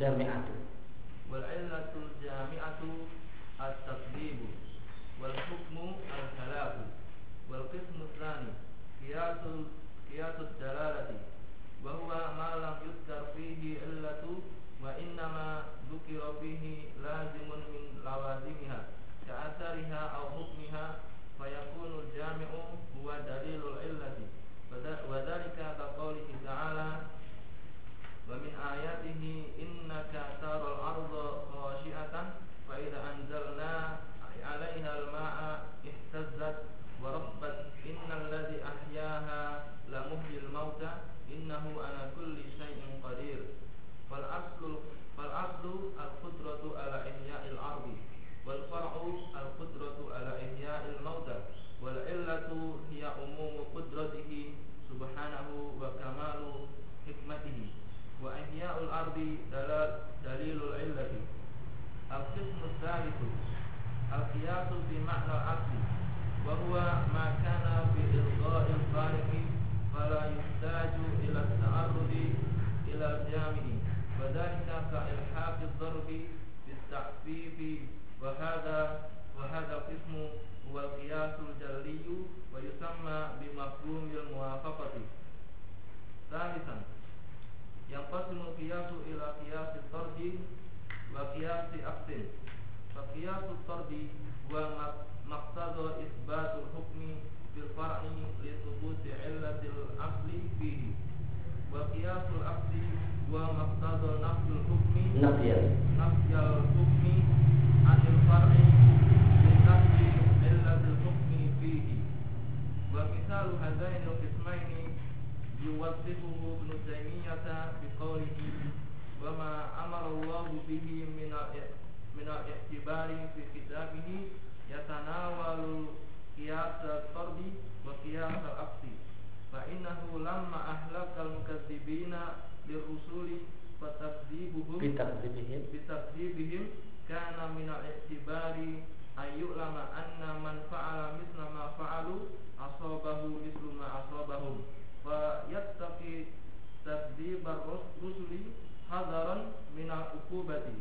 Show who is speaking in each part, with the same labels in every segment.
Speaker 1: jami'atu.
Speaker 2: Wal illatul jami'atu at-takdzibu wal hukmu al-halaku. Wal qismu tsani qiyasul dalalati wa huwa ma lam yuzkar fihi illatu wa innama dzukira fihi lazimun min lawazimiha ka'athariha aw hukmiha fayakunu al-jami'u huwa dalilul illati wa dzalika kaqoulihi ta'ala wa min ayatihi innaka taral arda khashi'atan fa idza anzalna 'alaiha al-ma'a ihtazzat wa rabbat innal ladzi ahyaha la muhyil mauta innahu ala kulli syai'in qadir. Fal aslu al-qudratu ala ihya'il ardi wal far'u al-qudratu ala ihya'il mauta wal illatu hiya umumu qudratihi subhanahu wa kamalu hikmatihi wa ihya'ul ardi dalilul illati. Al-qismu tsalitsu al-qiyasu bi ma'na al-asli wa huwa ma kana bi ilgha'il khaliqi fala yuhtaju ila at-ta'arrudi ila al-jami'i wa dhalika ka ilhaqi ad-darbi bit-ta'fifi wa hadha qismu huwa al-qiyasul jalliyu wa yusamma bi mafhumil muwafaqati. Tsalitsan yanqasimu qiyasu ila qiyasi tardi wa qiyasi aqsin. Fa qiyasu tardi wa maqtada isbatul hukmi bil far'i li thubuti illatil asli fihi wa qiyasul aqsi wa maqtada nafyul hukmi nafyal hukmi anil far'i li nafyi illatil hukmi fihi wa misalu hadaini al-qismaini yuwaddihuhu Ibn Taymiyah biqaulihi wa ma amara Allahu bihi min al-i'tibari fi kitabihi yatanawalu qiyas al-fardi wa qiyas al-aqsi fa innahu lamma ahlakal mukadzibina lirrusuli fatakdzibuhum bitakdzibihim kana min al-i'tibari ayyulama anna man fa'ala misla ma fa'alu asabahu mislu ma asabahum fa yattaqi takdzibar rusuli hadaran min al-uqubati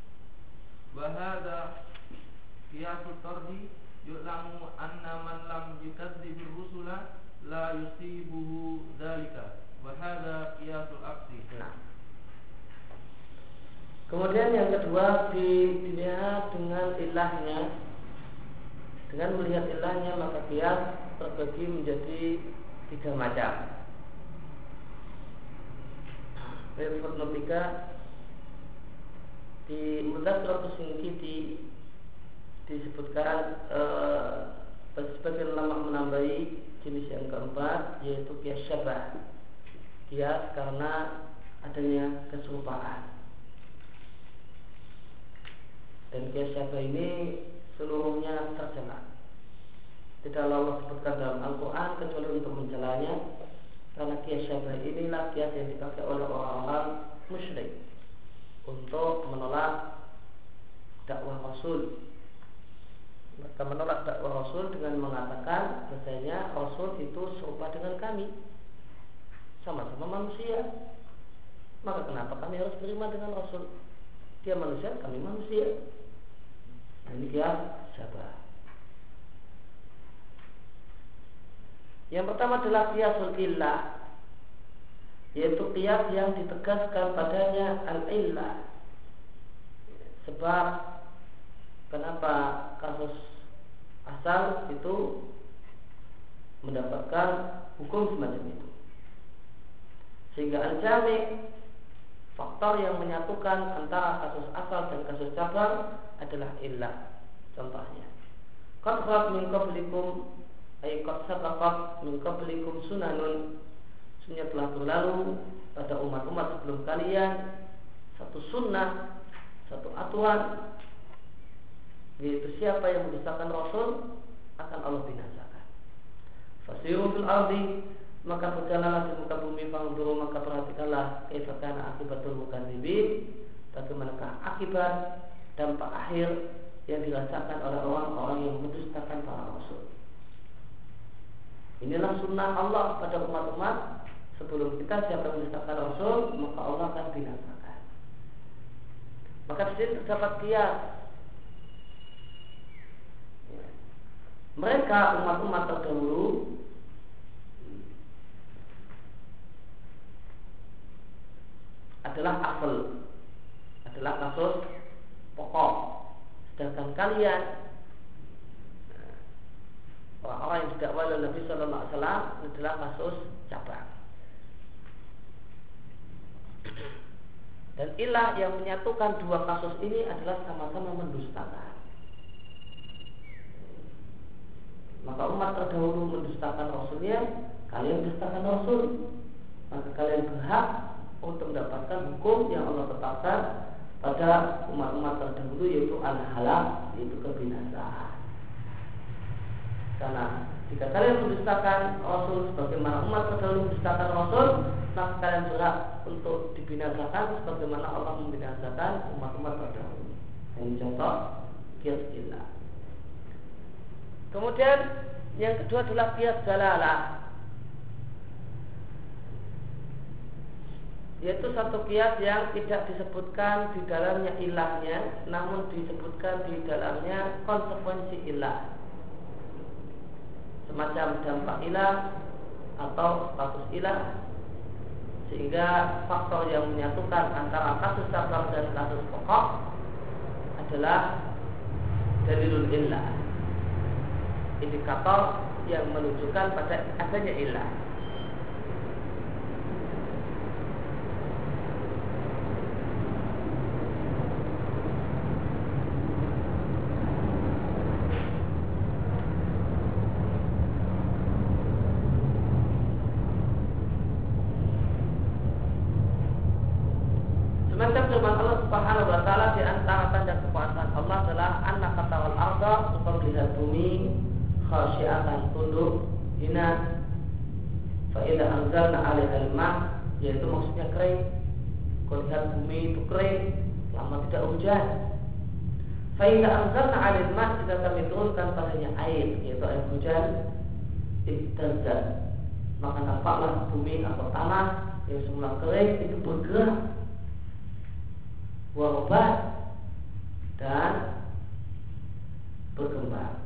Speaker 2: wa hadha qiyasul tardi yu'lamu anna man lam yukadzdzibir rusula la yusibuhu dzalika wa hadha qiyasul aqsi.
Speaker 1: Kemudian yang kedua dilihat dengan ilahnya. Dengan melihat ilahnya maka qiyas terbagi menjadi 3 macam. Berikut 3 di Mudzakkaratus Shinqiti disebutkan sebagian ulama menambahi jenis yang keempat yaitu qiyas syabah. Qiyas karena adanya keserupaan. Dan qiyas syabah ini seluruhnya tercela. Tidaklah Allah sebutkan dalam Al-Quran kecuali untuk mencelanya, karena qiyas syabah inilah qiyas yang dipakai oleh orang-orang musyrik untuk menolak dakwah Rasul. Mereka menolak dakwah Rasul dengan mengatakan bahasanya Rasul itu serupa dengan kami, sama-sama manusia. Maka kenapa kami harus beriman dengan Rasul? Dia manusia, kami manusia. Nah, ini qiyas syabah. Yang pertama adalah qiyasul illah, yaitu qiyas yang ditegaskan padanya al-illah. Sebab kenapa kasus asal itu mendapatkan hukum semacam itu. Sehingga al-jami', faktor yang menyatukan antara kasus asal dan kasus cabang adalah illah. Contohnya, qad khalat min qablikum ay qad sabaqat min qablikum sunanun, sunnah telah berlalu pada umat-umat sebelum kalian satu sunnah, satu aturan, yaitu siapa yang mendustakan Rasul akan Allah binasakan. Fasiru fil ardi, maka berjalanlah di muka bumi, fanzuru, maka perhatikanlah kaifa kana akibatul mukadzibin, bagaimanakah akibat dampak akhir yang dirasakan oleh orang-orang yang mendustakan para Rasul. Inilah sunnah Allah pada umat-umat sebelum kita. Siapa yang mendustakan Rasul maka Allah akan binasakan. Maka di sini terdapat kias. Mereka umat-umat terdahulu adalah asal, adalah kasus pokok. Sedangkan kalian orang-orang yang didakwa oleh Nabi Sallallahu Alaihi Wasallam adalah kasus cabang. Dan ilah yang menyatukan dua kasus ini adalah sama-sama mendustakan. Maka umat terdahulu mendustakan Rasulnya, kalian mendustakan Rasul. Maka kalian berhak untuk mendapatkan hukum yang Allah tetapkan pada umat-umat terdahulu, yaitu al-halak, yaitu kebinasaan. Karena jika kalian mendustakan Rasul sebagaimana umat terdahulu mendustakan Rasul, maka kalian berhak untuk dibinasakan sebagaimana Allah membinasakan umat-umat terdahulu. Ini contoh qiyas ilah. Kemudian yang kedua adalah qiyas dalalah, yaitu satu qiyas yang tidak disebutkan di dalamnya ilahnya, namun disebutkan di dalamnya konsekuensi ilah, semacam dampak ilah atau status ilah, sehingga faktor yang menyatukan antara kasus cabang dan kasus pokok adalah dalilul ilah, indikator yang menunjukkan pada adanya ilah. Semacam firman Allah Subhanahu wa taala, di antara tanda kekuasaan Allah adalah anak kata wal arda, engkau melihat bumi khasyiatan, tunduk, hina, fa idza anzalna 'alaiha al-ma', yaitu maksudnya kering. Kau lihat bumi itu kering, lama tidak hujan. Fa idza anzalna 'alaiha al-ma', jika kami turunkan padanya air, yaitu air hujan, ihtazat, maka nampaklah bumi atau tanah yang semula kering itu bergerak, warabat, dan berkembang.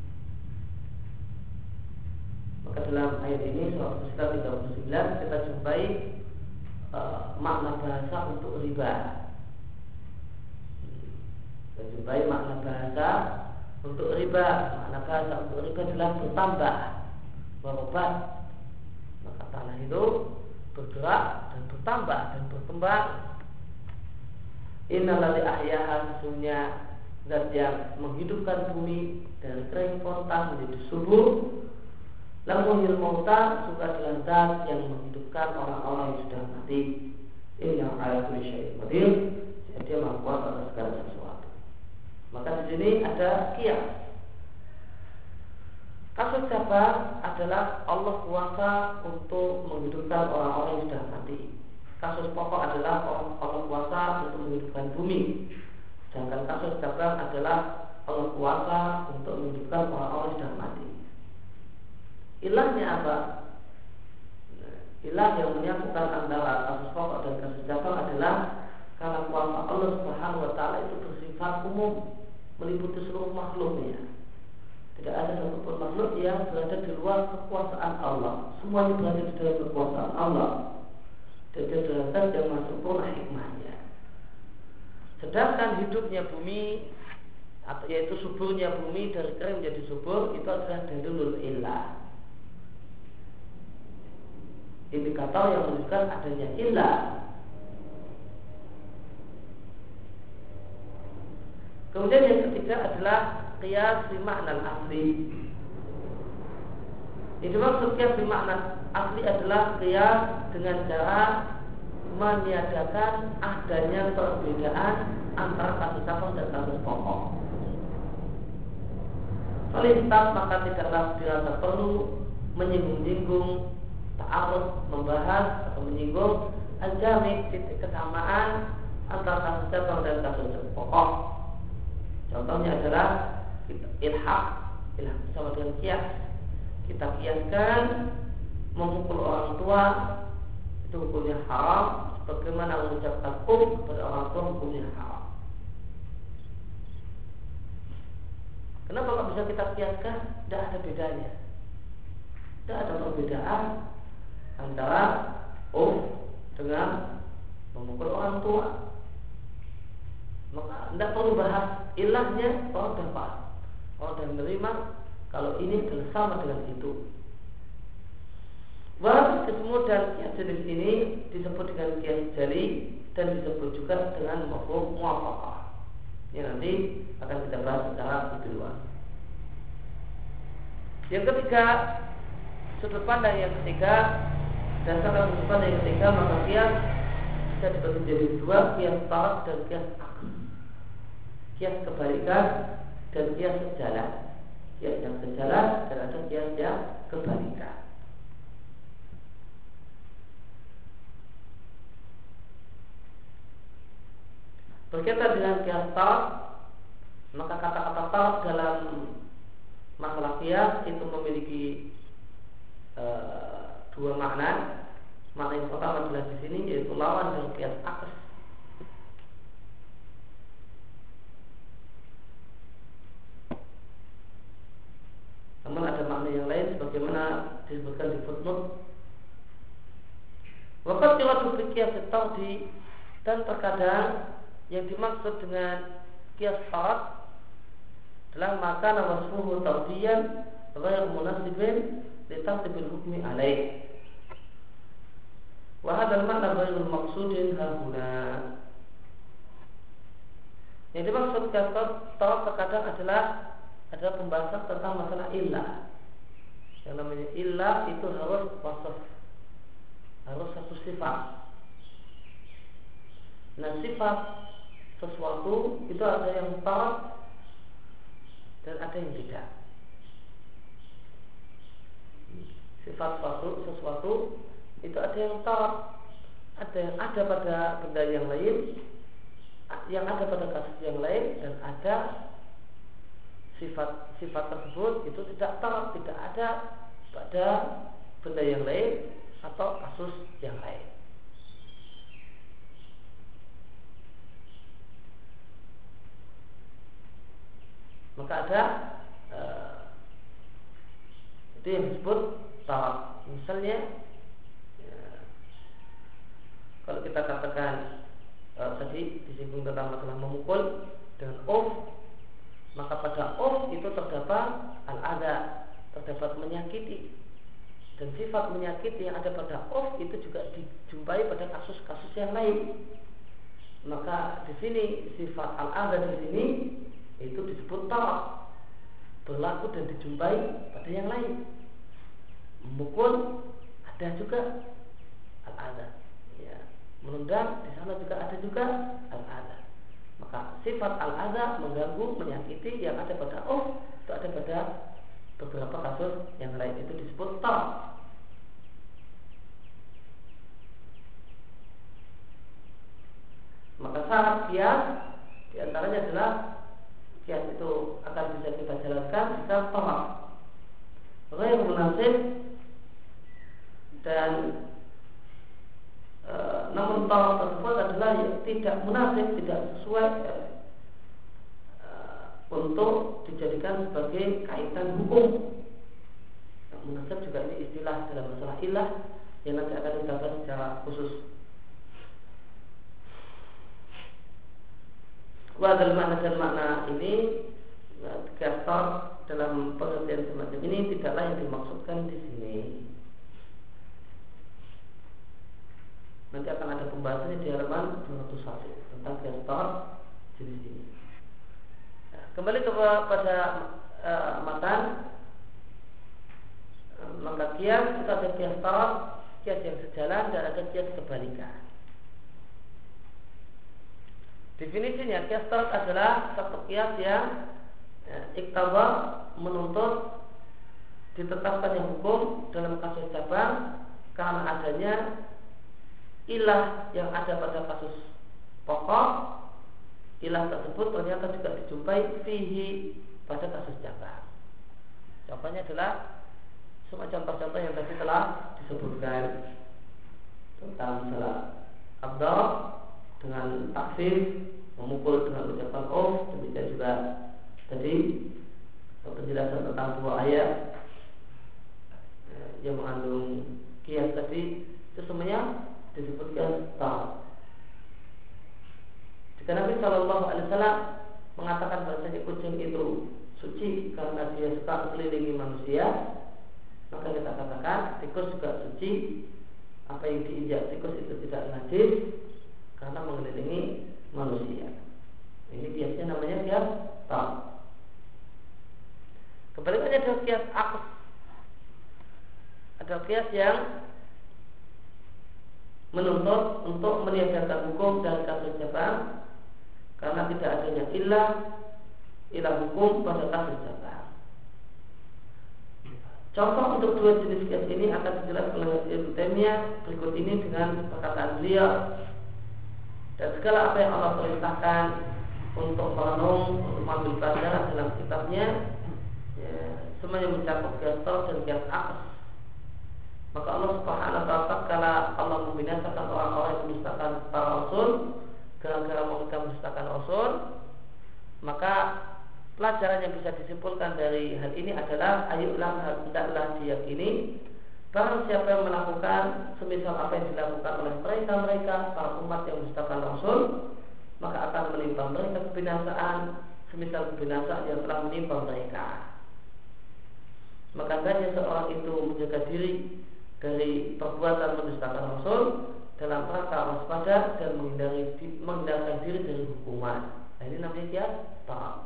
Speaker 1: Maka dalam ayat ini surah Al-Fussilat 39 kita jumpai makna bahasa untuk riba. Kita jumpai makna bahasa untuk riba. Makna bahasa untuk riba adalah bertambah, warabat. Maka tanah itu bergerak dan bertambah dan berkembang. Innalladzi ahyaha, sesungguhnya zat yang menghidupkan bumi dari kering pontang menjadi subur. Lamuhil mauta, suka adalah zat yang menghidupkan orang-orang yang sudah mati. Inna ala kulli syai'in qadir, dia maha kuasa atas segala sesuatu. Maka di sini ada qiyas. Kasus cabang adalah Allah kuasa untuk menghidupkan orang-orang yang sudah mati. Kasus pokok adalah Allah kuasa untuk menghidupkan bumi. Sedangkan kasus cabang adalah Allah kuasa untuk menghidupkan orang-orang yang sudah mati. Ilahnya apa? Ilah yang menyatukan antara kasus pokok dan kasus cabang adalah karena kuasa Allah Subhanahu wa taala itu bersifat umum, meliputi seluruh makhluknya. Tidak ada satupun makhluk yang berada di luar kekuasaan Allah. Semuanya berada di dalam kekuasaan Allah. Dan dia adalah yang masuk pun hikmahnya. Sedangkan hidupnya bumi, atau yaitu suburnya bumi dari kering menjadi subur, itu adalah dalilul ilah, indikator yang menunjukkan adanya ilah. Kemudian yang ketiga adalah qiyas fi ma'na al-asli. Yang dimaksud qiyas fi ma'na asli adalah qiyas dengan cara meniadakan adanya perbedaan antara kasus cabang dan kasus pokok. Falintas, maka tidaklah dirasa perlu menyinggung-nyinggung, ta'aruf, membahas atau menyinggung al-jami', titik kesamaan antara kasus cabang dan kasus pokok. Contohnya adalah ilhaq bersama dengan qiyas. Kita qiyaskan memukul orang tua itu hukumnya haram, sebagaimana mengucapkan kepada orang tua hukumnya haram. Kenapa kok bisa kita kiaskan? Tidak ada bedanya. Tidak ada perbedaan antara dengan memukul orang tua. Maka tidak perlu bahas ilahnya. Orang sudah paham, orang sudah menerima kalau ini adalah sama dengan itu. Wal kismu dan kias jenis ini disebut dengan kias jali dan disebut juga dengan mafhum muwafaqah. Ini nanti akan kita bahas secara lebih luas. Yang ketiga, sudut pandang yang ketiga, dasar sudut pandang yang ketiga, maka kias bisa dibagi menjadi dua, kias taraf dan kias aks. Kias kebalikan dan kias sejalan. Kias yang sejalan dan ada kias yang kebalikan. Berkaitan dengan kias taraf, maka kata-kata taraf dalam masalah kias itu memiliki dua makna. Makna yang pertama adalah di sini yaitu lawan dari kias aks. Namun ada makna yang lain sebagaimana disebutkan di footnote. Waqad yuradu bi qiyas at-tardhi, dan terkadang yang dimaksud dengan qiyas taraf adalah maka wasfuhu tardiyan ghayr munasibin li tartibil hukmi alaih. Wa hadzal makna ghairul maqsudin hahuna. Yang dimaksud qiyas taraf terkadang adalah pembahasan tentang masalah illah. Yang namanya illah itu harus wasf, harus satu sifat. Nah, sifat sesuatu itu ada yang taraf dan ada yang tidak. Sifat sesuatu itu ada yang taraf, ada yang ada pada benda yang lain, yang ada pada kasus yang lain, dan ada sifat tersebut itu tidak taraf, tidak ada pada benda yang lain atau kasus yang lain. Maka ada itu yang disebut taraf. Misalnya kalau kita katakan tadi disinggung tentang masalah memukul dengan maka pada itu terdapat al-adha, terdapat menyakiti, dan sifat menyakiti yang ada pada itu juga dijumpai pada kasus-kasus yang lain. Maka di sini sifat al-adha di sini itu disebut taraf, berlaku dan dijumpai pada yang lain. Memukul ada juga al-adha, ya. Menendang di sana juga ada juga al-adha. Maka sifat al-adha mengganggu, menyakiti yang ada pada itu ada pada beberapa kasus yang lain, itu disebut taraf. Maka syarat kias diantaranya adalah kias itu akan bisa kita jalankan jika taraf ghair munasib, dan namun taraf tersebut adalah yang tidak munasib, tidak sesuai untuk dijadikan sebagai kaitan hukum. Yang munasib juga ini istilah dalam masalah ilah yang nanti akan kita bahas secara khusus. Wadal makna dan makna ini gastar dalam pengertian semacam ini tidaklah yang dimaksudkan di sini. Nanti akan ada pembahasannya di halaman 201 tentang gastar jenis ini. Nah, kembali kepada matan, maka kias itu ada kias taraf, kias yang sejalan, dan ada kias kebalikan. Definisinya kias taraf adalah satu kias yang iktaba menuntut ditetapkannya hukum dalam kasus cabang karena adanya ilah yang ada pada kasus pokok. Ilah tersebut ternyata juga dijumpai fihi pada kasus cabang. Contohnya adalah semua contoh-contoh yang tadi telah disebutkan tentang masalah abdal dengan taksir, memukul dengan ucapan demikian juga tadi penjelasan tentang dua ayat yang mengandung kias tadi itu semuanya disebutkan ta'am. Jika Nabi Shallallahu Alaihi Wasallam mengatakan bahasanya kucing itu suci karena dia suka mengelilingi manusia, maka kita katakan tikus juga suci. Apa yang diinjak tikus itu tidak najis karena mengelilingi manusia. Ini kiasnya namanya kias ta'am. Kebalikannya adalah kias aks. Ada kias yang menuntut untuk meniadakan hukum dan kasus jabang karena tidak adanya ilah hukum pada kasus jabang. Contoh untuk dua jenis kias ini akan dijelaskan oleh Ibnu Taimiyah berikut ini dengan perkataan beliau. Dan segala apa yang Allah perintahkan untuk merenung, untuk mengambil pelajaran dalam kitabnya, semuanya mencakup kias ta'am dan kias aks. Maka Allah Subhanahu wa ta'ala kala Allah membinasakan orang-orang yang mendustakan para rasul gara-gara mereka mendustakan rasul, maka pelajaran yang bisa disimpulkan dari hal ini adalah ayulah hendaklah diyakini barang siapa yang melakukan semisal apa yang dilakukan oleh mereka para umat yang mendustakan rasul, maka akan menimpa mereka kebinasaan semisal kebinasaan yang telah menimpa mereka. Maka hendaknya seorang itu menjaga diri dari perbuatan mendustakan Rasul dalam rangka waspada dan menghindarkan diri dari hukuman. Nah, ini namanya kias ta'am.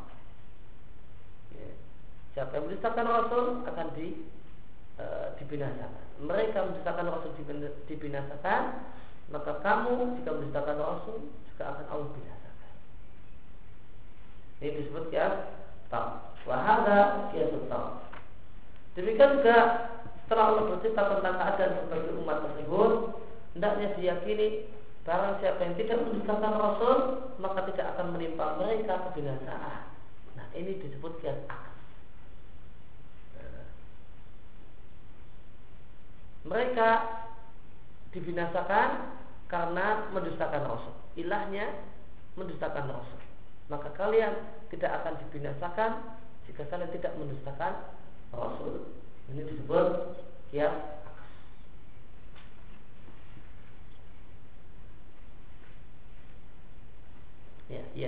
Speaker 1: Siapa yang mendustakan Rasul akan dibinasakan. Mereka mendustakan Rasul dibinasakan, maka kamu jika mendustakan Rasul juga akan Allah binasakan. Ini disebut kias ta'am. Wa hadza kias ta'am. Demikian juga setelah Allah bercerita tentang keadaan sebagai umat tersebut, hendaknya diyakini barang siapa yang tidak mendustakan Rasul, maka tidak akan menimpa mereka kebinasaan. Nah, ini disebut kias aks. Mereka dibinasakan karena mendustakan Rasul. Ilahnya mendustakan Rasul. Maka kalian tidak akan dibinasakan jika kalian tidak mendustakan Rasul. Ini disebut kias aks. Ya, iya.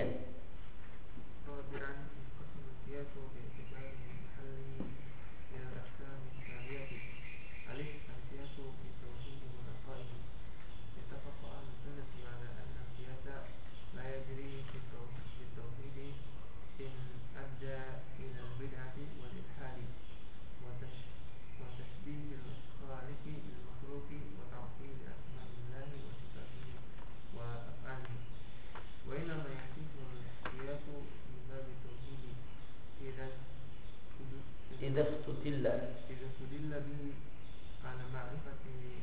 Speaker 2: إذا استدل به على معرفة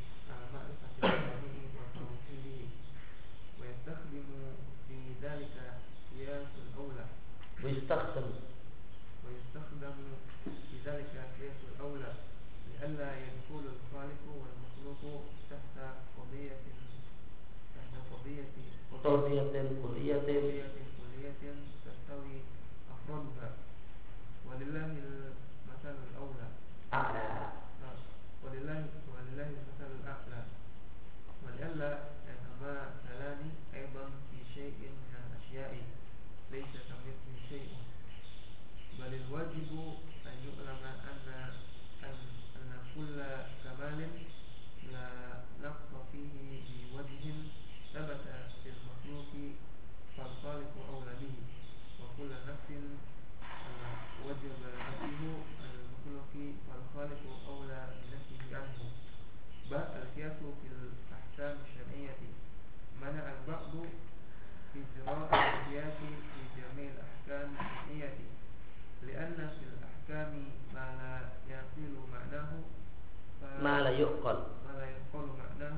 Speaker 2: الله وتوحيده ويستخدم في ذلك قياس الأولى
Speaker 1: ويستخدم
Speaker 2: في ذلك قياس الأولى لئلا يدخل الخالق والمخلوق تحت قضية كلية تستوي أفرادها ولله المثل الأولى ولله المثل الأعلى ولئلا يتماثلان أيضا في شيء من الأشياء ليس كمثله شيء بل الواجب أن يعلم أن كل كمال لا نقص فيه بوجه ثبت في المخلوق فالخالق أولى به وكل نفس وجب نفيه المخلوق فالخالق أولى بنفيه عنه. بل القياس في الأحكام الشرعية منع البعض في إجراء القياس في جميع الأحكام الشرعية لأن في الأحكام ما لا يعقل معناه
Speaker 1: ما لا يعقل
Speaker 2: معناه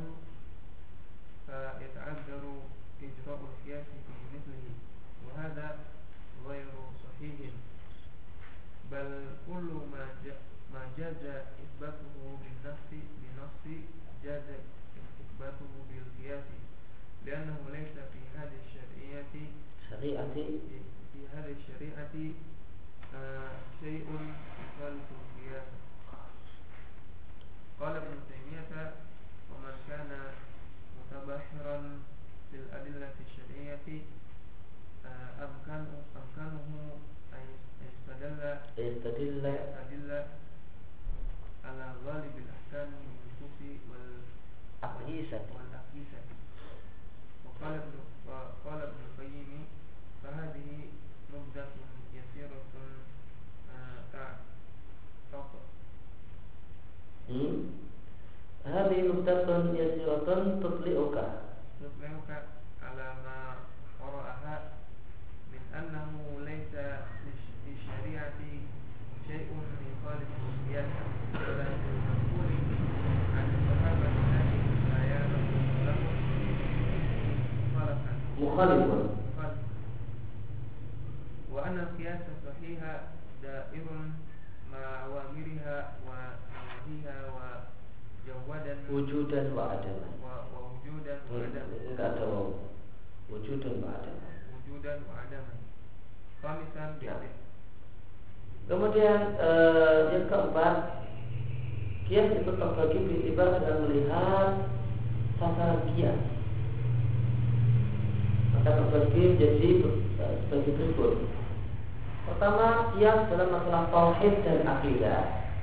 Speaker 2: فيتعذر إجراء القياس في مثله وهذا غير صحيح. بل كل ما جاز إثباته بنص جاز إثباته بالقياس لأنه ليس في هذه الشريعة شيء يخالف القياس. قال ابن تيمية: ومن كان متبحرا في الأدلة الشرعية أمكانه أن يستدل على غالب الأحكام بالنصوص والأقيسة. وقال ابن القيم: فهذه نبذة يسيرة
Speaker 1: هذه نبذة يسيرة تطلئك
Speaker 2: على ما قرأها من أنه ليس في الشريعة شيء يخالف القياس ولا في المنقول عن الصحابة الذين لا يعلم لهم مخالفا، وأن القياس الصحيح دائر مع أوامرها ونواهيها
Speaker 1: وجودا وعدما. Kemudian yang keempat, kias itu terbagi bi'tibar dan melihat sasaran kias. Maka terbagi menjadi sebagai berikut. Pertama, kias dalam masalah tauhid dan akidah.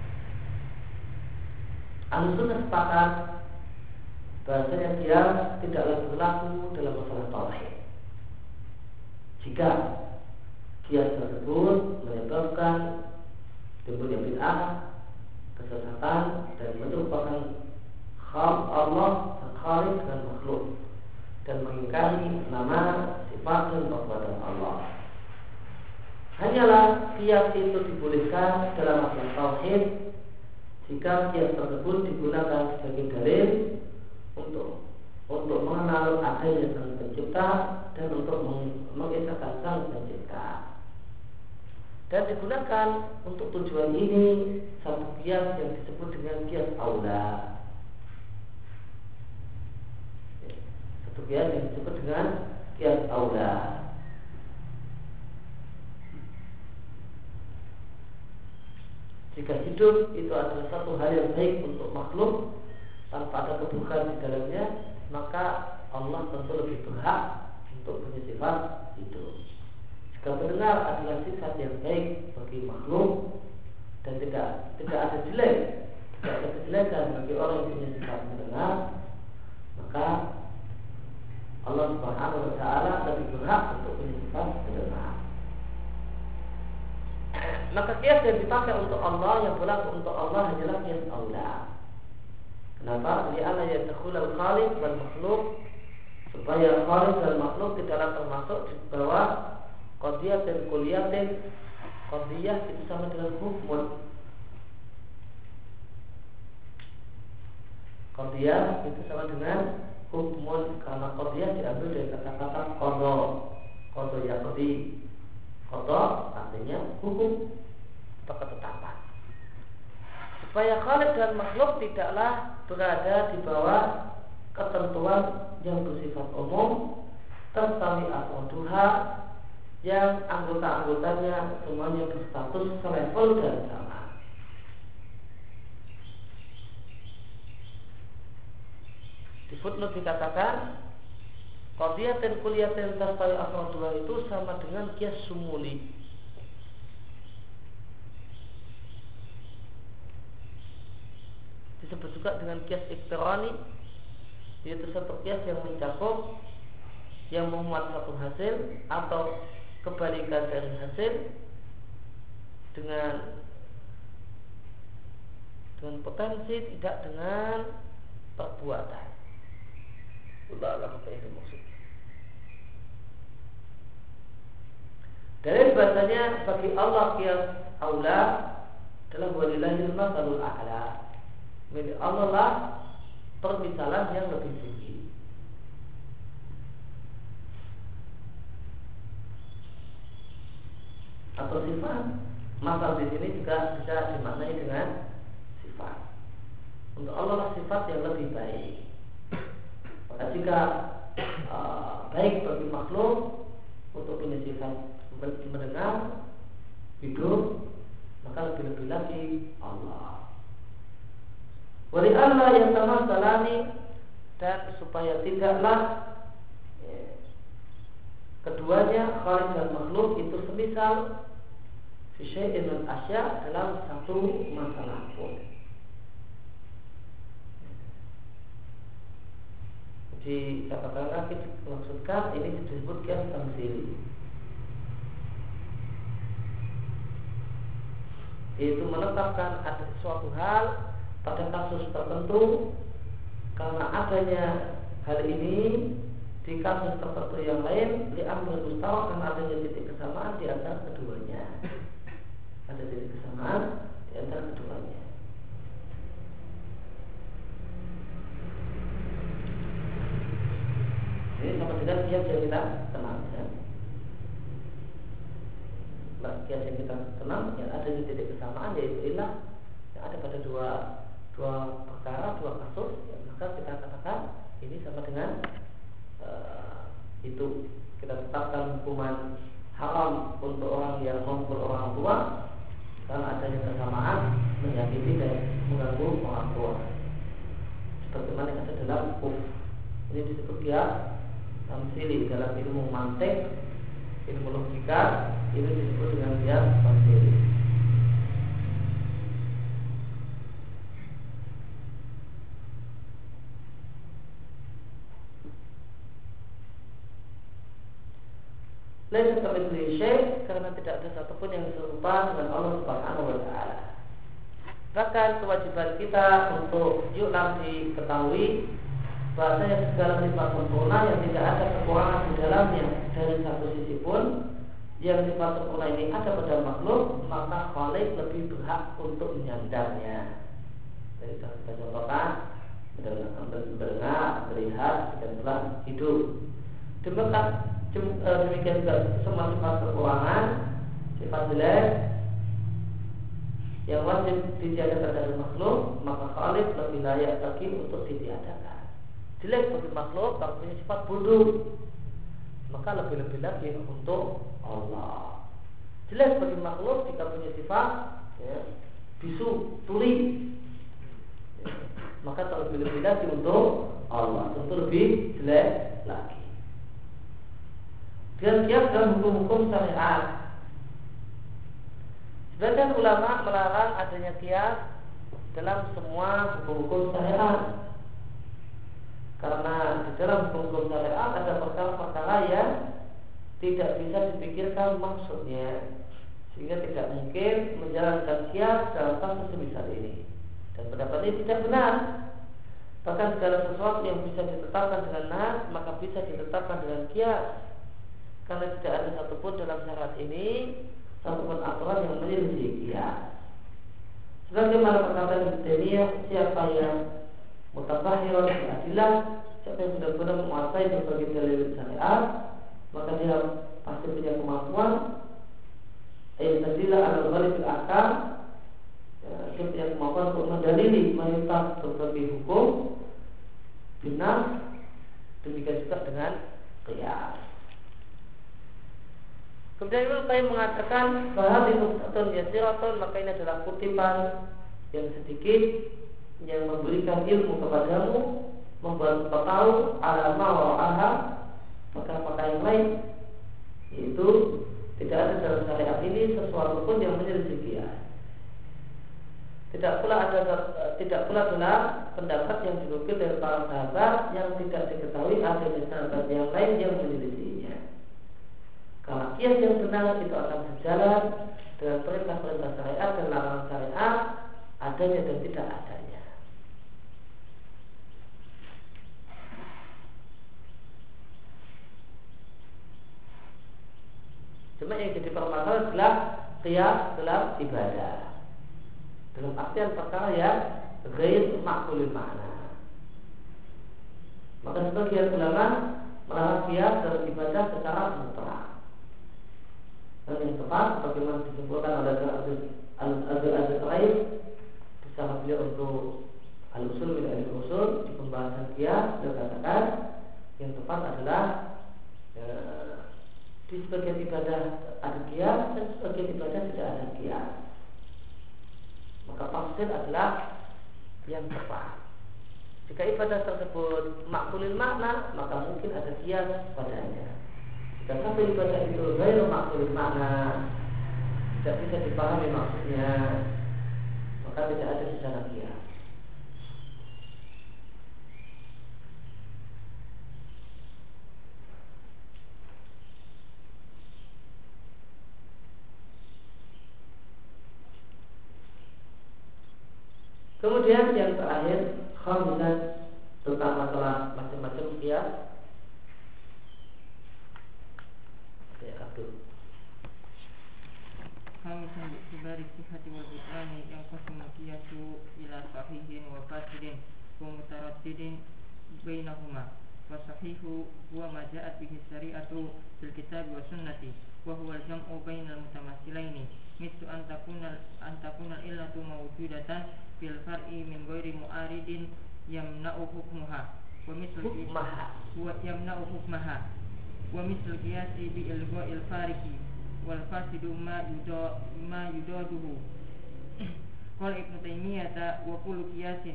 Speaker 1: Ahlussunnah sepakat bahasanya kias tidaklah berlaku dalam masalah tauhid. Jika kias tersebut menyebabkan timbulnya bid'ah, kesesatan, dan merupakan Allah Khaliq dan makhluk, dan mengingkari nama, sifat, dan perbuatan Allah. Hanyalah kias itu dibolehkan dalam masalah tauhid jika kias tersebut digunakan sebagai dalil untuk mengenal adanya Sang Pencipta dan untuk mengesahkan Sang Pencipta. Dan digunakan untuk tujuan ini satu kias yang disebut dengan kias aula. Satu kias yang disebut dengan kias aula. Jika hidup itu adalah satu hal yang baik untuk makhluk tanpa ada keburukan di dalamnya, maka Allah tentu lebih berhak untuk punya sifat itu. Jika mendengar adalah sifat yang baik bagi makhluk dan tidak ada jelek, tidak ada kejelekan bagi orang yang punya sifat mendengar, maka Allah Subhanahu wa Ta'ala lebih berhak untuk punya sifat mendengar. Maka kias yang dipakai untuk Allah, yang berlaku untuk Allah hanyalah kias aula. Kenapa? Li'anna yadkhulul khaliq wal makhluk, supaya khaliq dan makhluk tidaklah termasuk di bawah qadiyah dan kuliyatin. Qadiyah itu sama dengan hukmun. Qadiyah itu sama dengan hukmun, karena qadiyah diambil dari kata-kata qada. Qada yaqdi. Qada artinya hukum atau ketetapan. Supaya khaliq dan makhluk tidaklah berada di bawah ketentuan yang bersifat umum, tertawi afroduha, yang anggota-anggotanya semuanya berstatus selevel dan sama. Di footnote dikatakan qadiyah dan kuliyatin tertawi afroduha itu sama dengan kias sumuli. Disebut juga dengan kias iktirani, yaitu satu kias yang mencakup, yang memuat satu hasil atau kebalikan dari hasil dengan potensi, tidak dengan perbuatan. Allah apa itu maksudnya? Dari bahasanya bagi Allah kias aula adalah walillahil matsalul a'la. Milik Allah lah permisalan yang lebih tinggi. Atau sifat. Masal di sini juga bisa dimaknai dengan sifat. Untuk Allah lah sifat yang lebih baik. Maka jika baik bagi makhluk untuk punya sifat mendengar, hidup, maka lebih-lebih lagi Allah. Wali Allah yang sama salani, dan supaya tidaklah keduanya khalik dan makhluk itu semisal fi syai'in min asya dalam satu masalah pun. Jadi katakan lagi maksudkan ini disebut qiyas tamtsili, yaitu menetapkan ada suatu hal pada kasus tertentu karena adanya hal ini di kasus tertentu yang lain diambil mustawa karena adanya titik kesamaan di antara keduanya. Ada titik kesamaan di antara keduanya. Ini sama dengan kias yang kita kenal, ya. Kias yang kita kenal yang ada di titik kesamaan yaitu ilah yang ada pada dua perkara, dua kasus, ya, maka kita katakan ini sama dengan itu. Kita tetapkan hukuman haram untuk orang yang memukul orang tua karena adanya kesamaan menyakiti dan mengganggu orang tua, sebagaimana yang ada dalam ini disebut ya tamtsili. Dalam ilmu mantik, ilmu logika, ini disebut dengan dia tamtsili. Lain seperti syekh, karena tidak ada satupun yang serupa dengan Allah Subhanahu wa Ta'ala. Bahkan kewajiban kita untuk yuklam diketahui bahasanya segala sifat sempurna yang tidak ada kekurangan di dalamnya dari satu sisi pun, yang sifat sempurna ini ada pada makhluk, maka Khalik lebih berhak untuk menyandarnya. Jadi kita contohkan mendengar, melihat, dan telah hidup. Demikian juga semua sifat kekurangan, sifat jelek yang wajib ditiadakan dari makhluk, maka Khalik lebih layak lagi untuk ditiadakan. Jelek bagi makhluk kalau punya sifat buruk, maka lebih-lebih lagi untuk Allah. Jelek bagi makhluk jika punya sifat bisu, tuli, maka terlebih-lebih lagi untuk Allah, tentu lebih jelek lagi. Dan kias dalam hukum-hukum syariat. Sebagian ulama melarang adanya kias dalam semua hukum-hukum syariat, karena di dalam hukum-hukum syariat ada perkara-perkara yang tidak bisa dipikirkan maksudnya, sehingga tidak mungkin menjalankan kias dalam kasus semisal ini. Dan pendapat ini tidak benar. Bahkan segala sesuatu yang bisa ditetapkan dengan nas, maka bisa ditetapkan dengan kias, karena tidak ada satupun dalam syarat ini satupun aturan yang menyelisih kias. Sebagaimana perkataan Ibnu siapa yang mutabahhirun bil adillah, siapa yang benar-benar menguasai berbagai dalil syariat, maka dia pasti punya kemampuan ayatadillah al-ghalib al-akam, dia punya kemampuan untuk mendalili mayoritas berbagai hukum binas, demikian juga dengan qiyas. Kemudian Ibnu Qayyim mengatakan bahwa nusratun yasiratun, maka ini adalah kutipan yang sedikit yang memberikan ilmu kepadamu, membuat engkau tahu alama wa'aha maka yang lain, yaitu tidak ada dalam syariat ini sesuatu pun yang menyelisih kias. Tidak pula dalam pendapat yang dinukil dari para sahabat yang tidak diketahui ada sahabat yang lain yang menyelisihinya. Karena kias yang benar itu akan sejalan dengan perintah-perintah syariat dan larangan syariat, adanya dan tidak adanya. Cuma yang jadi permasalahan adalah qiyas dalam ibadah, dalam artian perkara yang ghair ma'qulil makna. Maka sebagian ulama melarang qiyas dalam ibadah secara mutlak. Dan yang tepat bagaimana disebutkan oleh Al-Azhar bersama beliau untuk Al-Usul min Al-Usul di pembahasan qiyas, beliau katakan yang tepat adalah di sebagian ibadah ada qiyas dan sebagian ibadah tidak ada qiyas, maka tafsir adalah yang tepat. Jika ibadah tersebut makulil makna, maka mungkin ada qiyas padanya. Jika satu ibadah itu ghairu makulil makna, tidak bisa dipahami maksudnya, maka tidak ada di sana qiyas. Kemudian yang terakhir, khamisan, tentang masalah macam-macam qiyas. Ya, Abdul.
Speaker 3: Khamisan bi'tibari sihhati wal butlani yang qasmu qiyasu ila sahihin wa fasidin wa mutaraddidin bainahuma. Wa sahihu huwa ma ja'at bihi syari'atu fil kitab wa sunnati wa huwa al-jam'u bainal mutamassilaini mislu an takuna illatu mawjudatan fil far'i min ghairi mu'aridin yamna'u hukmuha wa mislu yamna'u hukmaha wa mislu qiyasi bi ilgha'il fariqi wal fasidu ma yudaduhu. Qala Ibnu Taimiyah wa kullu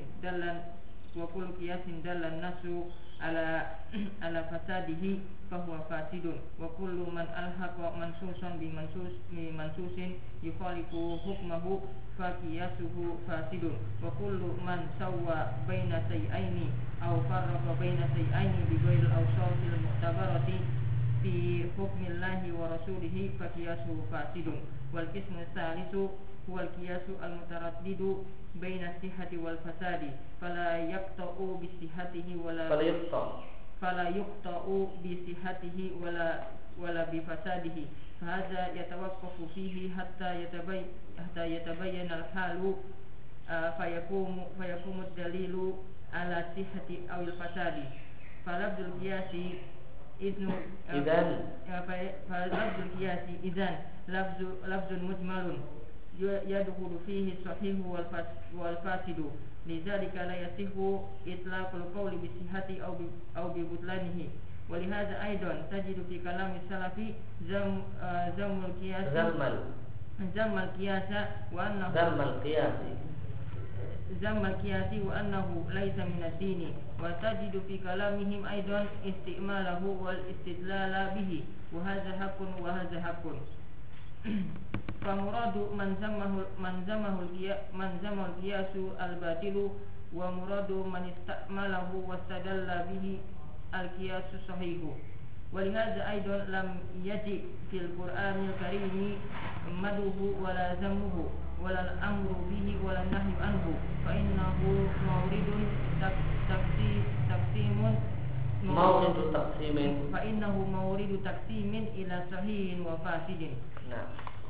Speaker 3: qiyasin dallan nasu ala fasadihi fahuwa fasidun wa kullu man alhaqa mansusan bi mansusin yukhalifu hukmahu fa qiyasuhu fasidun wa kullu man sawwa baina say'aini aw farraqa baina say'aini bi ghairi al-awsafil mu'tabarati fi hukmillahi wa rasulihi fa qiyasuhu fasidun. Wal qismu tsalitsu huwa al-qiyasu al-mutaraddidu baina sihhati wal fasadi fala yaqta'u bi sihhatihi fala yuqta'u bi sihhatihi wala bi fasadihi fahadha yatawaqqafu fihi hatta yatabayyana al-halu fayakumu ad-dalilu ala sihhati aw al-fasadi falabdul qiyasi falabdul qiyasi idzan lafzun mujmalun yadkhulu fihi sahihu wal fasidu lidzalika la yasihu itlaqul qawli bi sihhati aw bi butlanihi wa li hadza aidan tajidu fi kalam salafi zamul qiyas zammal qiyasa wa annahu zammal qiyasi wa annahu laysa min ad-dini wa tajidu fi kalamihim aidan isti'malahu wal istidlala bihi wa hadza haqqun famuradu man zamahul qiyasu al-batilu wa muradu man ista'malahu wastadalla bihi al-qiyasu sahihu. Walihadza aidan lam yaji fil Qur'anil Karim maduhu wala zammuhu wala al-amru bihi wala nahyu anhu fa innahu mawridun taqsimin ila sahihin wa fasidin.
Speaker 1: Nah,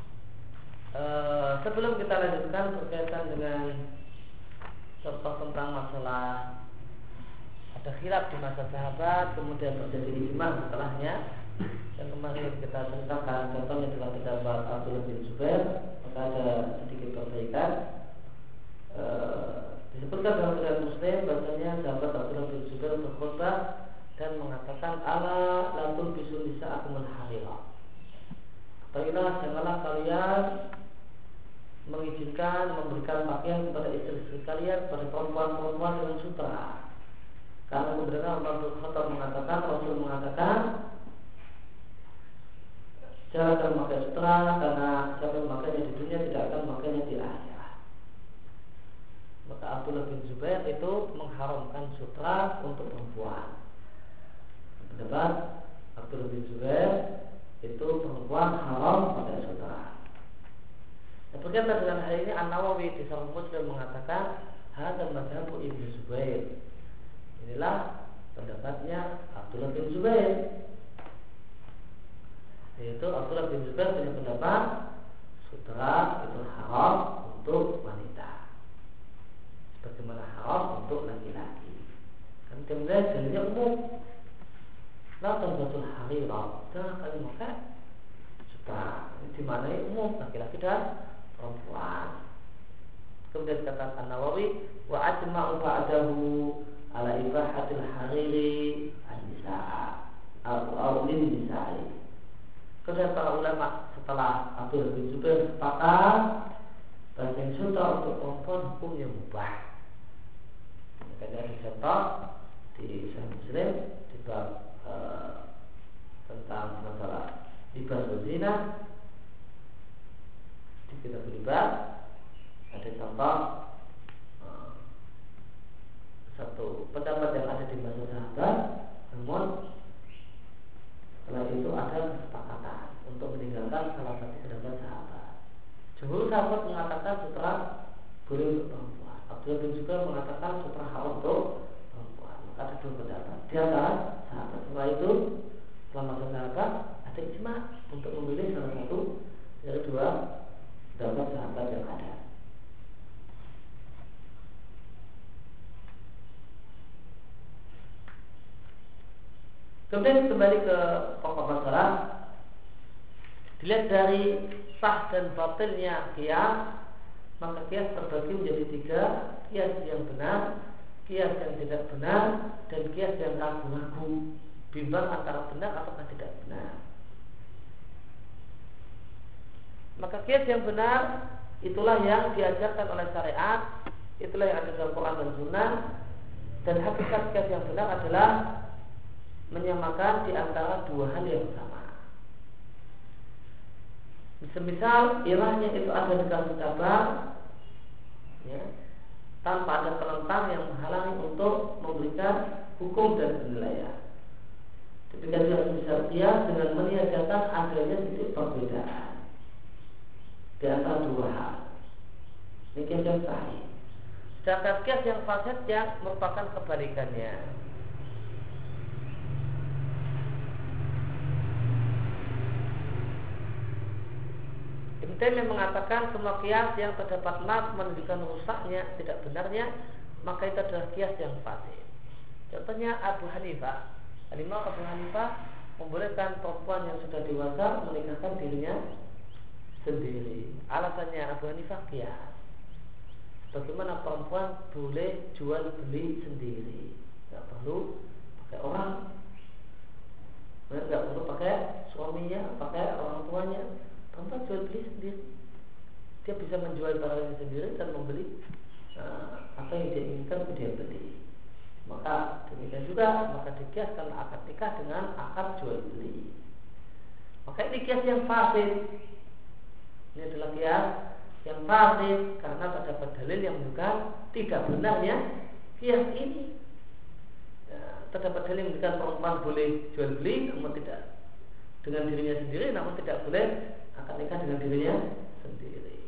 Speaker 1: sebelum kita lanjutkan berkaitan dengan contoh tentang masalah ada khilaf di masa sahabat kemudian terjadi ijma setelahnya, yang kemarin kita ceritakan contohnya adalah pendapat Abdullah bin Zubair, maka ada sedikit perbaikan. Disebutkan dalam riwayat Muslim bahasanya sahabat Abdullah bin Zubair berkhutbah dan mengatakan ala latul bisul nisa akumul harira. Ketahuilah janganlah kalian mengizinkan memberikan pakaian kepada istri-istri kalian, kepada perempuan-perempuan dengan sutra. Karena kemudian Umar bin Khattab mengatakan, Rasul mengatakan jangan memakai sutra karena siapa yang memakainya di dunia tidak akan memakainya di akhirat. Maka Abdullah bin Zubair itu mengharamkan sutra untuk perempuan. Pendapat Abdullah bin Zubair itu perempuan haram pada sutra. Nah, berkaitan dengan hal ini An-Nawawi di Sharh Muslim mengatakan hadzal mazhabu Ibnu Zubair. Inilah pendapatnya Abdullah bin Zubair. Yaitu Abdullah bin Zubair punya pendapat sutra itu haram untuk wanita, sebagaimana haram untuk laki-laki. Kan kemudian dalilnya umum. La tanbatul harirah, jangan kalian memakai sutra. Ini dimaknai umum laki-laki dan perempuan. Kemudian kata An-Nawawi wa ajma'u ba'dahu ala ibahatil hariri an-nisaa atau lin-nisa'i. Kemudian para ulama setelah Abdul bin Zubair sepakat bahwa sutra untuk perempuan hukumnya mubah. Makanya ada contoh di Sahih Muslim di bab tentang masalah libas zina di kitab libas ada contoh satu pendapat yang ada di masa sahabat, namun setelah itu ada kesepakatan untuk meninggalkan salah satu pendapat sahabat. Jumhur sahabat mengatakan sutra boleh untuk perempuan. Abdullah bin Zubair mengatakan sutra haram untuk perempuan. Maka ada dua pendapat di antara sahabat. Setelah itu, setelah masa sahabat ada ijma untuk memilih salah satu dari dua pendapat sahabat yang ada. Kemudian kembali ke pokok masalah, dilihat dari sah dan batilnya qiyas, maka qiyas terbagi menjadi tiga: qiyas yang benar, qiyas yang tidak benar, dan qiyas yang ragu-ragu, bimbang antara benar ataukah tidak benar. Maka qiyas yang benar itulah yang diajarkan oleh syariat, itulah yang ada dalam Quran dan Sunnah, dan hakikat qiyas yang benar adalah menyamakan di antara dua hal yang sama. Semisal ilahnya itu ada di kasus cabang, ya, tanpa ada penentang yang menghalangi untuk memberikan hukum dan penilaian. Ketika dia semisal qiyas dengan meniadakan adanya titik perbedaan di antara dua hal. Ini qiyas yang sahih. Sedangkan qiyas yang fasid yang merupakan kebalikannya. Yang mengatakan semua qiyas yang terdapat nas menunjukkan rusaknya, tidak benarnya, maka itu adalah qiyas yang fasid. Contohnya Abu Hanifah. Imam Abu Hanifah membolehkan perempuan yang sudah dewasa menikahkan dirinya sendiri. Alasannya Abu Hanifah qiyas. Bagaimana perempuan boleh jual beli sendiri, tidak perlu pakai orang, tidak perlu pakai suaminya, pakai orang tuanya. Perempuan jual beli sendiri, dia bisa menjual barangnya sendiri dan membeli apa yang dia inginkan dia beli. Maka demikian juga, maka dikiaskan akad nikah dengan akad jual beli. Maka ini kias yang fasid. Ini adalah kias yang fasid karena terdapat dalil yang menunjukkan tidak benarnya kias ini. Terdapat dalil yang menunjukkan perempuan boleh jual beli, namun tidak dengan dirinya sendiri, namun tidak boleh akad nikah dengan dirinya sendiri.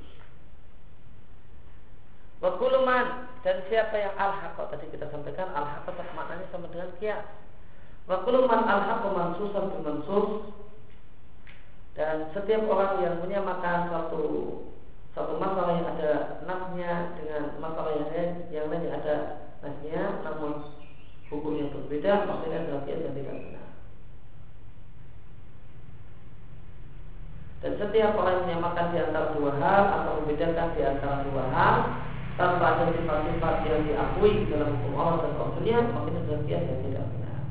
Speaker 1: Wa kullu man, dan siapa yang al-haqqa, tadi kita sampaikan al-haqqa maknanya sama dengan qiyas. Wa kullu man al-haqqa mansusan bi mansus, dan setiap orang yang menyamakan satu masalah yang ada nasnya dengan masalah yang lain yang ada nasnya namun hukumnya berbeda, maksudnya adalah qiyas yang tidak benar. Dan setiap orang yang menyamakan di antara dua hal atau membedakan di antara dua hal tanpa ada sifat-sifat yang diakui dalam hukum Allah dan Rasulnya, maka itu adalah qiyas yang tidak benar.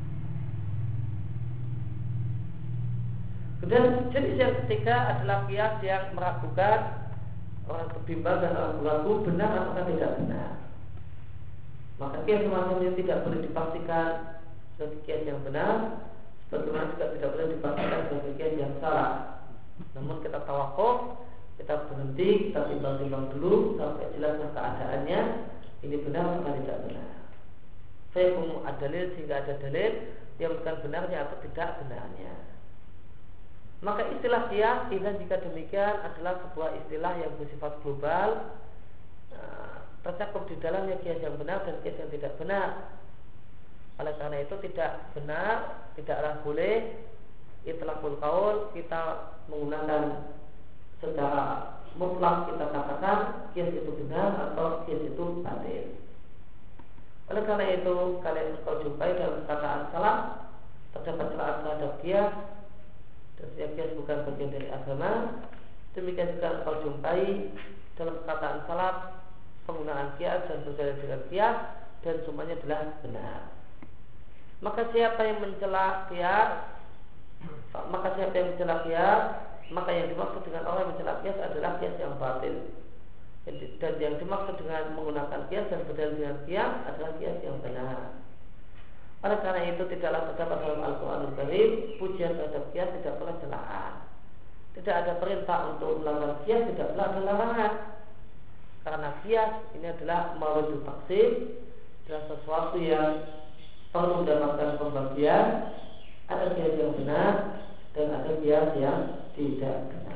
Speaker 1: Kemudian jenis yang ketiga adalah qiyas yang meragukan, orang berbimbang dan orang ragu benar atau tidak benar. Maka qiyas semacam ini tidak boleh dipastikan sebagai qiyas yang benar, sebagaimana juga tidak boleh dipastikan sebagai qiyas yang salah. Namun kita tawakuf, kita berhenti, kita timbang-timbang dulu sampai jelaslah keadaannya, ini benar atau tidak benar. Fayaqum ad-dalil, sehingga ada dalil yang bukan benarnya atau tidak benarnya. Maka istilah qiyas jika demikian adalah sebuah istilah yang bersifat global, tercakup di dalamnya qiyas yang benar dan qiyas yang tidak benar. Oleh karena itu tidak benar, tidaklah boleh itlaqul qaul, kita menggunakan secara mutlak kita katakan qiyas itu benar atau qiyas itu batil. Oleh karena itu kalian engkau jumpai dalam perkataan salaf terdapat celaan terhadap qiyas, dan qiyas bukan bagian dari agama. Demikian juga engkau jumpai dalam perkataan salaf penggunaan qiyas dan berdalil dengan qiyas, dan semuanya adalah benar. Maka siapa yang mencela qiyas Maka siapa yang mencela kias, maka yang dimaksud dengan orang yang mencela kias adalah kias yang batil. Dan yang dimaksud dengan menggunakan kias dan berdalil dengan kias adalah kias yang benar. Oleh karena itu tidaklah terdapat dalam Al-Quranul Karim pujian terhadap kias, tidak pernah celaan. Tidak ada perintah untuk melakukan kias, tidak pula ada larangan. Karena kias ini adalah mawadu taksim, adalah sesuatu yang perlu mendapatkan pembagian. Ada kias yang benar dan ada kias yang tidak benar.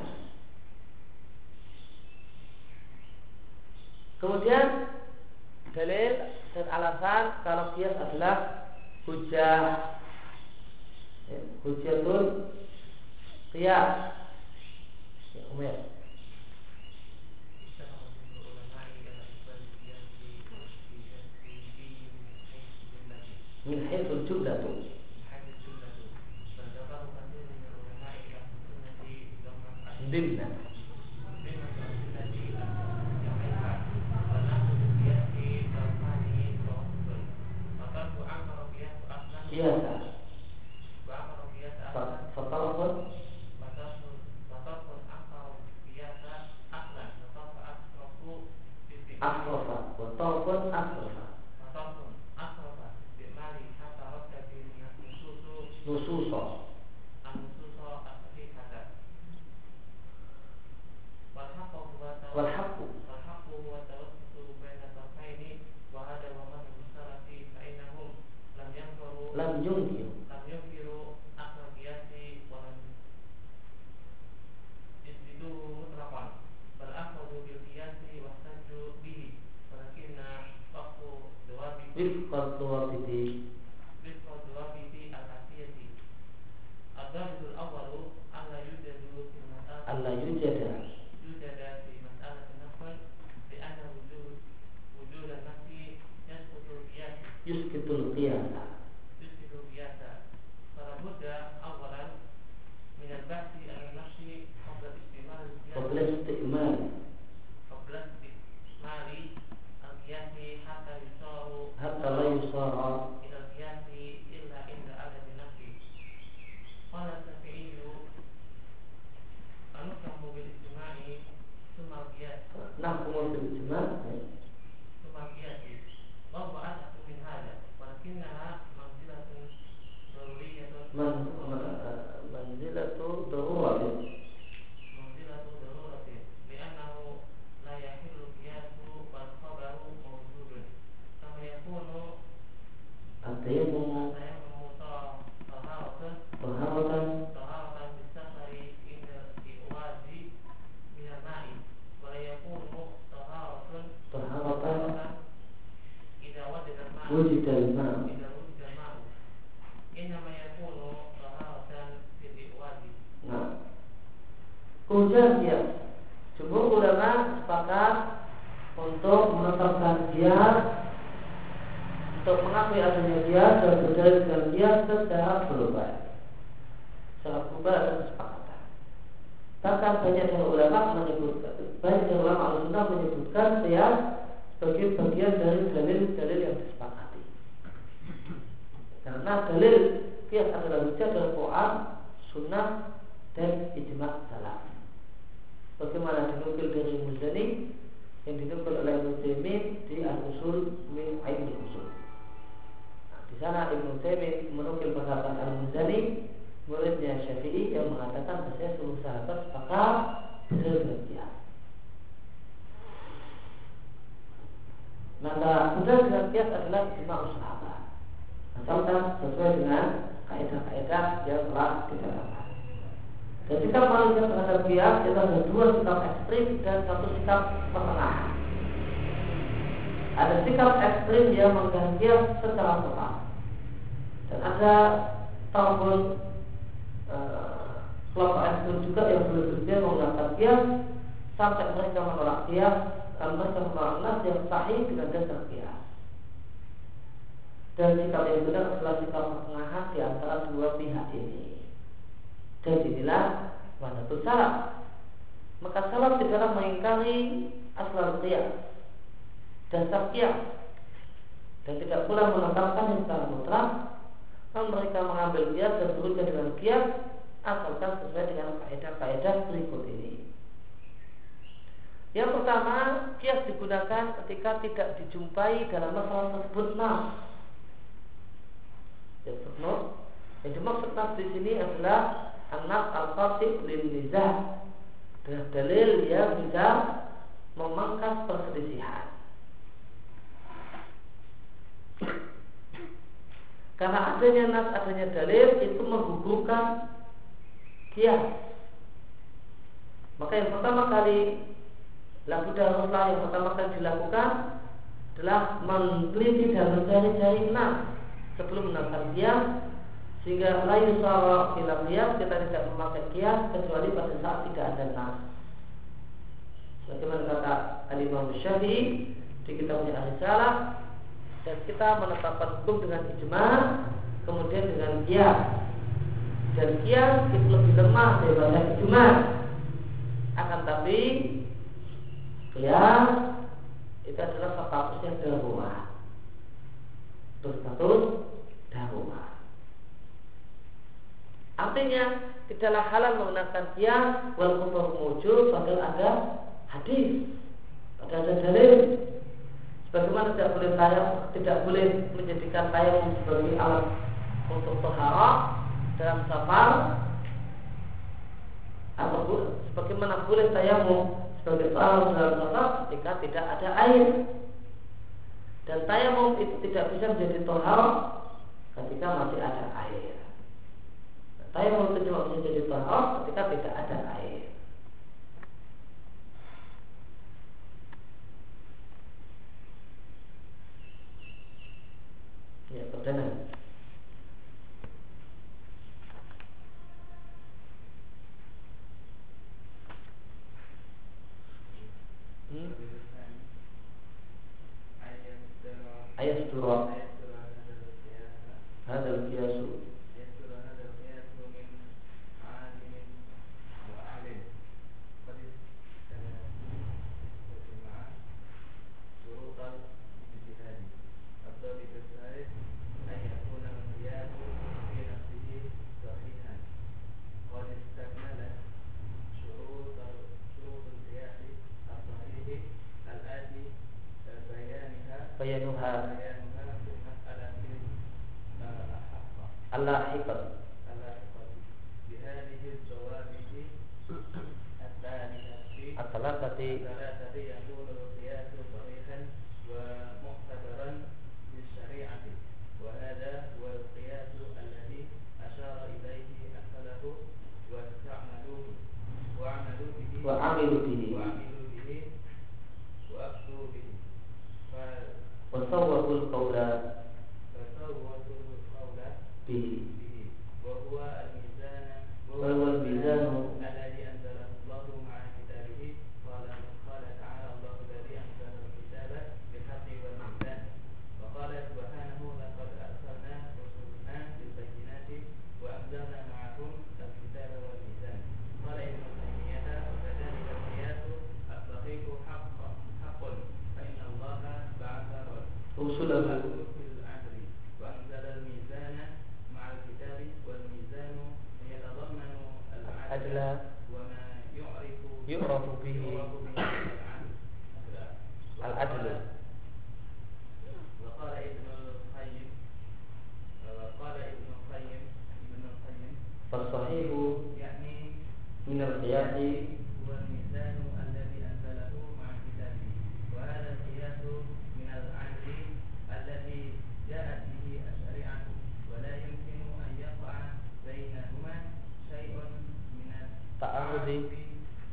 Speaker 1: Kemudian dalil dan alasan kalau kias adalah hujah, hujatun qiyas. Ya, Umar. Min haythul jumlatu. Dimna. Biasa. Fatalafun akhrafa. Watalafun akhrafa. Nususo. Walhaqqu. Lam yungkir. Wifqat duwabiti. Allah yujada. Yuskitul qiyasa. Qabla isti'mal. Hatta la yusara. Nahkumu bil ijma'. Manzilatu daruratin. At-tayammum taharatan wujudal ma'. Nah, kemudian dia jumhur ulama sepakat untuk menetapkan dia, untuk mengakui adanya dia dan berdalil dengan dia secara global. Secara global ada kesepakatan. Bahkan banyak dari ulama menyebutkan, banyak dari ulama Ahlussunnah menyebutkan dia sebagai bagian dari dalil-dalil yang disepakati. Karena dalil qiyas adalah hujjah dari Quran, Sunnah dan ijma' salaf. Bagaimana dinukil dari Muzani yang dinukil oleh Ibnu Taimiyah di Al-Usul min Ilmi Usul. Nah, di sana Ibnu Taimiyah menukil pendapat Al-Muzani, muridnya Syafi'i, yang mengatakan bahwa seluruh sahabat sepakat dalil qiyas. Maka dalil dengan qiyas adalah ijma' sahabat. Asalkan sesuai dengan kaidah-kaidah yang telah diterangkan. Dan sikap manusia terhadap qiyas itu ada dua sikap ekstrim dan satu sikap pertengahan. Ada sikap ekstrim yang menggunakan qiyas secara total, dan ada tahun kelompok ekstrim juga yang berlebihan menggunakan qiyas sampai mereka menolak qiyas, mereka menolak nas yang sahih dengan dasar qiyas. Dan sikap yang benar adalah sikap pertengahan di antara dua pihak ini. Dan inilah manhajus salaf. Maka salaf tidaklah mengingkari asal qiyas, dasar qiyas, dan tidak pula menetapkan secara mutlak. Kalau mereka mengambil qiyas dan berusaha dengan qiyas asalkan sesuai dengan kaidah-kaidah berikut ini. Yang pertama, kias digunakan ketika tidak dijumpai dalam masalah tersebut nas. Yang dimaksud nas di sini adalah an-nas al-qatib lil nizah, adalah dalil yang bisa memangkas perselisihan. Karena adanya nas, adanya dalil itu menggugurkan kias. Maka yang pertama kali haruslah yang pertama kali dilakukan adalah meneliti dan mencari-cari nas sebelum menetapkan kias, sehingga la yusara ila qiyas, kita tidak memakai kias kecuali pada saat tidak ada nas. Sebagaimana kata Al-Imam Syafi'i di kitabnya Ar-Risalah, dan kita menetapkan hukum dengan ijma, kemudian dengan qiyas. Dan qiyas itu lebih lemah daripada ijma. Akan tapi qiyas itu adalah statusnya darurat. Status darurat. Artinya tidaklah halal menggunakan qiyas walaupun baru muncul padahal ada hadis, padahal ada dalil. Sebagaimana tidak boleh menjadikan tayamum sebagai alat untuk taharah dalam safar, atau sebagaimana boleh tayamum sebagai alat dalam safar ketika tidak ada air. Dan tayamum itu tidak bisa menjadi taharah ketika masih ada air. Tayamum itu cuma bisa jadi taharah ketika tidak ada air. Ya, perdana. Ayat surah hadal qiyasu bayanuha al-lahiqat at-thalathati yakunu qiyasu sahihan wa muqtadaran bisyari'ati wa hadha huwa al-qiyasu alladhi ashara ilayhi as-salafu wa ista'maluhu wa 'amilu bihi wa aftu bihi wasawwabul qawla bihi wa huwa al-mizanu alladhi anzalahu Allahu ma'a kitabihi qala ta'ala Allahu alladhi anzala al-kitaba bil-haqqi wal-mizan wa qala subhanahu laqad arsalna rusulana bil-bayyinati wa anzalna ma'ahum al-kitaba wal-mizan qala Ibnu Taymiyah wa kadhalika al-qiyasu as-sahihu haqqun fa inna Allaha ba'atha rusulahu yu'rafu bihi al-adlu. Wa qala Ibnu Qayyim fasahihu yakni min al-qiyasi wal mizanu alladhi anzalahu ma'a kitabihi wa hadha al-qiyasu min al-'adli alladhi ja'at bihi asy-syari'atu wa la yumkinu an yaqa'a bainahuma syai'un min at-ta'arudi.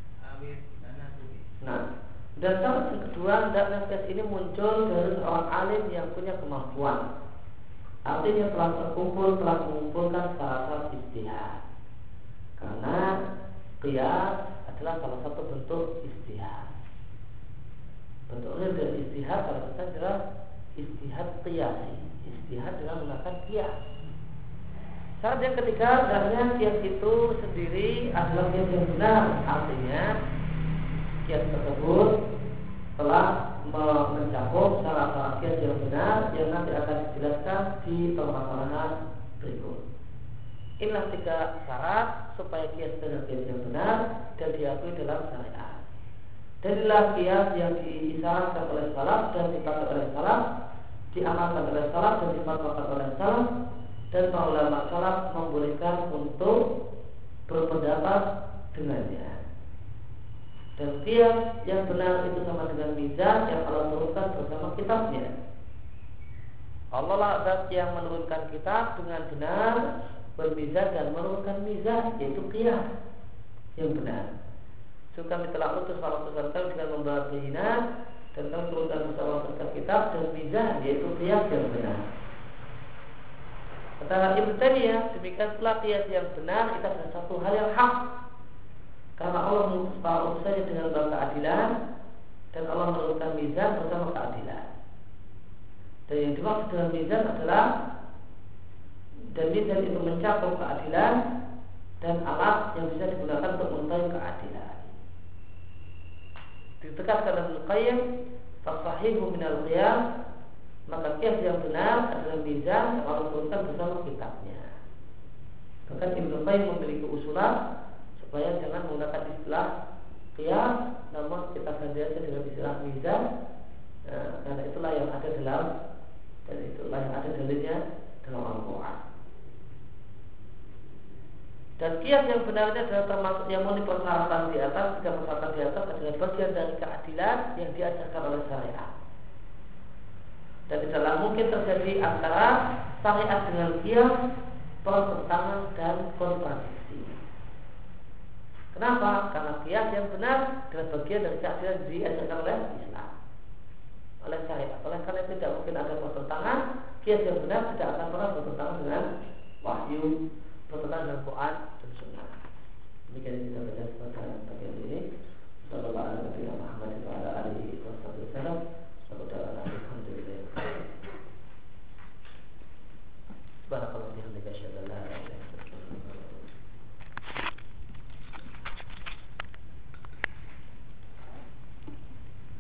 Speaker 1: Nah, dasar yang kedua, hendaknya ini muncul dari seorang alim yang punya kemampuan. Artinya telah mengumpulkan syarat ijtihad. Karena qiyas adalah salah satu bentuk ijtihad. Bentuk real dari ijtihad kalau kita adalah ijtihad qiyasi. Ijtihad dengan menggunakan qiyas. Syarat yang ketiga, hendaknya qiyas itu sendiri adalah qiyas yang benar. Artinya qiyas tersebut telah mencakup syarat-syarat qiyas yang benar yang nanti akan dijelaskan di permasalahan berikut. Inilah 3 syarat supaya kias adalah kias yang benar dan diakui dalam syariat. Dalilah kias yang diisyaratkan oleh salaf dan dipakai oleh salaf, diamalkan oleh salaf dan difatwakan oleh salaf, dan para ulama salaf membolehkan untuk berpendapat dengannya. Dan kias yang benar itu sama dengan mizan yang Allah turunkan bersama kitabnya. Allah lah zat yang menurunkan kitab dengan benar, bermizan dan menurunkan mizan, yaitu kias yang benar. So kami telah utus para utusan kami dengan membawa kebenaran, dan kami turunkan bersama kitab dan mizan, yaitu kias yang benar. Kata Ibnu Taimiyah, demikian pula kias yang benar itu adalah satu hal yang hak. Karena Allah mengutus para utusannya dengan keadilan, dan Allah menurunkan mizan bersama keadilan. Dan yang dimaksud dengan mizan adalah, dan mizan itu mencakup keadilan dan alat yang bisa digunakan untuk mengetahui keadilan. Ditegaskan dalam Al-Qayyim, fasahihu minal qiyas, maka qiyas yang benar adalah mizan yang Allah turunkan bersama kitabnya. Bahkan Ibnu Qayyim memiliki usulan supaya jangan menggunakan istilah qiyas, namun kita ganti saja dengan istilah mizan, karena itulah yang ada dalam, dan itulah yang ada dalilnya dalam Al-Quran. Dan qiyas yang benarnya adalah termasuk yang memenuhi persyaratan di atas. Tiga persyaratan di atas adalah bagian dari keadilan yang diajarkan oleh syariat. Dan tidaklah mungkin terjadi antara syariat dengan qiyas pertentangan dan kontradiksi. Kenapa? Karena qiyas yang benar adalah bagian dari keadilan yang diajarkan oleh Islam, oleh syariat. Oleh karena tidak mungkin ada pertentangan. Qiyas yang benar tidak akan pernah bertentangan dengan wahyu, bertentangan dengan Quran dan Sunnah. Demikian kita baca.